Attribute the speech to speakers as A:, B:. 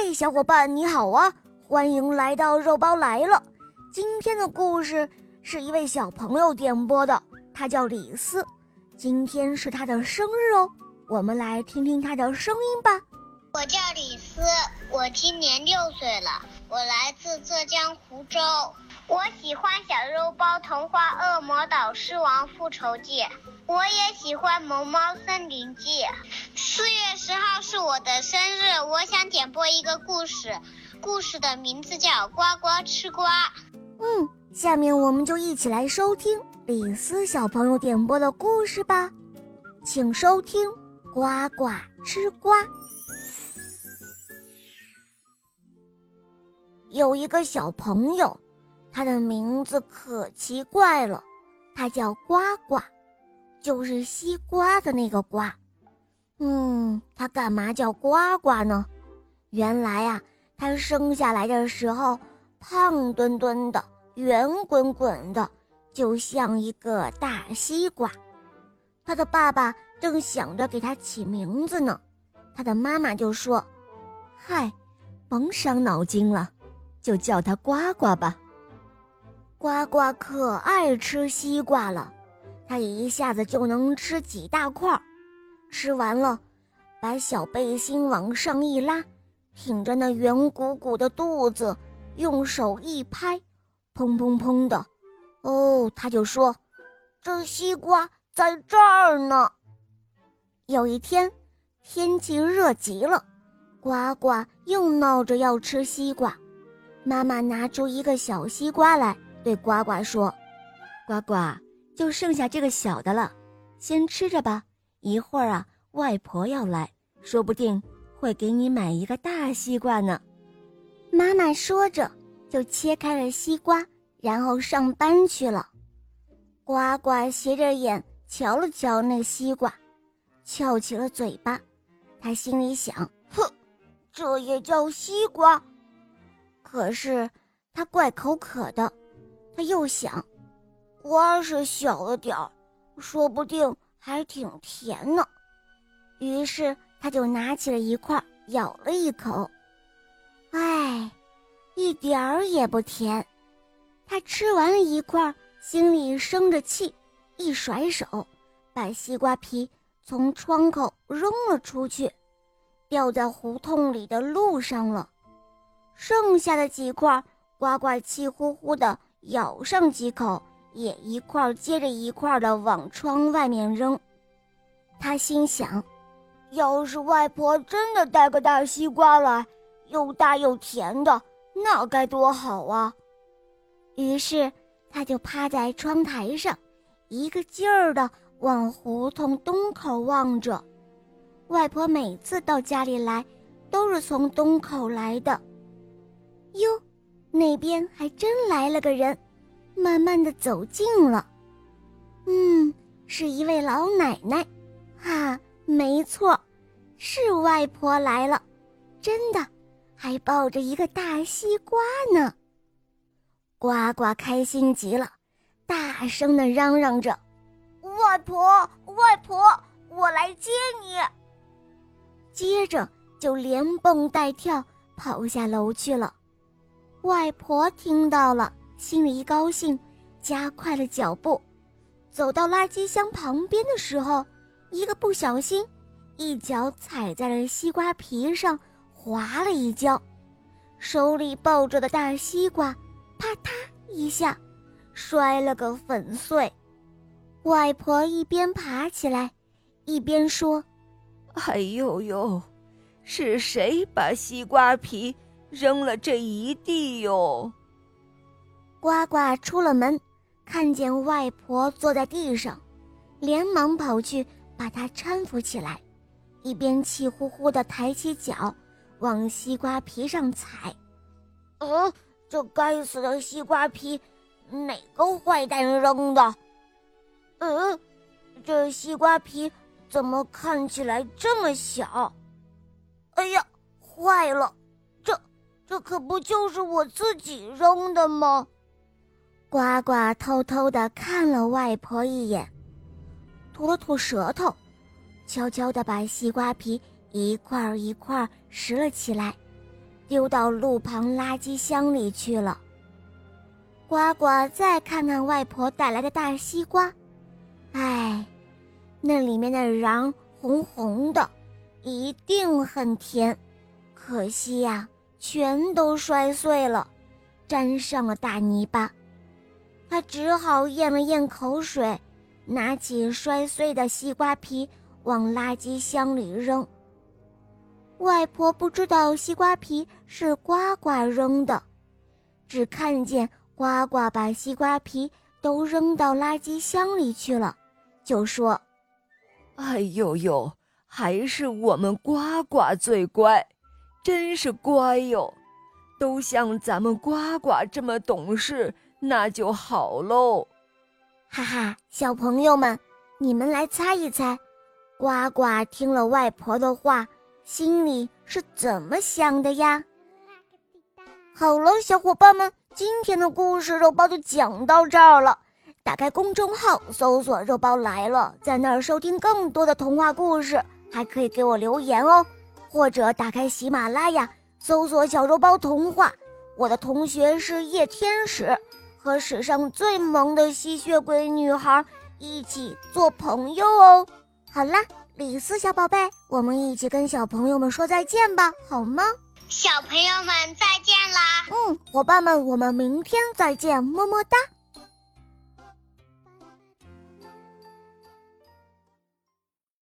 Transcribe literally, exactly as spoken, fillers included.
A: 嘿，小伙伴你好啊，欢迎来到肉包来了。今天的故事是一位小朋友点播的，他叫李斯，今天是他的生日哦，我们来听听他的声音吧。
B: 我叫李斯，我今年六岁了，我来自浙江湖州。我喜欢小肉包童话《恶魔岛狮王复仇记》，我也喜欢萌猫森林记。四月十号是我的生日，我想点播一个故事，故事的名字叫《呱呱吃瓜》。
A: 嗯，下面我们就一起来收听李斯小朋友点播的故事吧，请收听《呱呱吃瓜》。有一个小朋友，他的名字可奇怪了，他叫呱呱，就是西瓜的那个呱。嗯，他干嘛叫呱呱呢？原来啊，他生下来的时候胖墩墩的，圆滚滚的，就像一个大西瓜。他的爸爸正想着给他起名字呢，他的妈妈就说：嗨，甭伤脑筋了，就叫他呱呱吧。呱呱可爱吃西瓜了，他一下子就能吃几大块，吃完了把小背心往上一拉，挺着那圆鼓鼓的肚子，用手一拍，砰砰砰的，哦，他就说：这西瓜在这儿呢。有一天天气热极了，呱呱又闹着要吃西瓜，妈妈拿出一个小西瓜来，对呱呱说：呱呱，就剩下这个小的了，先吃着吧，一会儿啊，外婆要来，说不定会给你买一个大西瓜呢。妈妈说着就切开了西瓜，然后上班去了。呱呱斜着眼瞧了瞧那西瓜，翘起了嘴巴，他心里想：哼，这也叫西瓜？可是他怪口渴的，他又想，瓜是小了点儿，说不定还挺甜呢。于是他就拿起了一块，咬了一口，唉，一点儿也不甜。他吃完了一块，心里生着气，一甩手，把西瓜皮从窗口扔了出去，掉在胡同里的路上了。剩下的几块，呱呱气呼呼地咬上几口，也一块接着一块地往窗外面扔。他心想，要是外婆真的带个大西瓜来，又大又甜的，那该多好啊。于是他就趴在窗台上，一个劲儿地往胡同东口望着。外婆每次到家里来，都是从东口来的。哟，那边还真来了个人，慢慢地走近了。嗯，是一位老奶奶。啊，没错，是外婆来了，真的，还抱着一个大西瓜呢。呱呱开心极了，大声地嚷嚷着：外婆，外婆，我来接你。接着就连蹦带跳跑下楼去了。外婆听到了，心里一高兴，加快了脚步。走到垃圾箱旁边的时候，一个不小心，一脚踩在了西瓜皮上，滑了一跤，手里抱着的大西瓜啪嗒一下摔了个粉碎。外婆一边爬起来，一边说：
C: 哎呦呦，是谁把西瓜皮扔了这一地哟？
A: 呱呱出了门，看见外婆坐在地上，连忙跑去把她搀扶起来，一边气呼呼地抬起脚往西瓜皮上踩。呃，这该死的西瓜皮，哪个坏蛋扔的？呃，这西瓜皮怎么看起来这么小？哎呀，坏了，这这可不就是我自己扔的吗？呱呱偷偷地看了外婆一眼，吐了吐舌头，悄悄地把西瓜皮一块一块拾了起来， 丢到路旁垃圾箱里去了。呱呱再看看外婆带来的大西瓜，唉，那里面的瓤红红的，一定很甜，可惜呀，全都摔碎了，沾上了大泥巴。他只好咽了咽口水，拿起摔碎的西瓜皮往垃圾箱里扔。外婆不知道西瓜皮是呱呱扔的，只看见呱呱把西瓜皮都扔到垃圾箱里去了，就说：
C: 哎呦呦，还是我们呱呱最乖，真是乖哟！都像咱们呱呱这么懂事，那就好喽。
A: 哈哈，小朋友们，你们来猜一猜，呱呱听了外婆的话，心里是怎么想的呀？好了，小伙伴们，今天的故事肉包就讲到这儿了。打开公众号搜索肉包来了，在那儿收听更多的童话故事，还可以给我留言哦。或者打开喜马拉雅搜索小肉包童话，我的同学是夜天使，和史上最萌的吸血鬼女孩一起做朋友哦。好啦，李斯小宝贝，我们一起跟小朋友们说再见吧，好吗？
B: 小朋友们再见啦！
A: 嗯，伙伴们，我们明天再见，么么哒。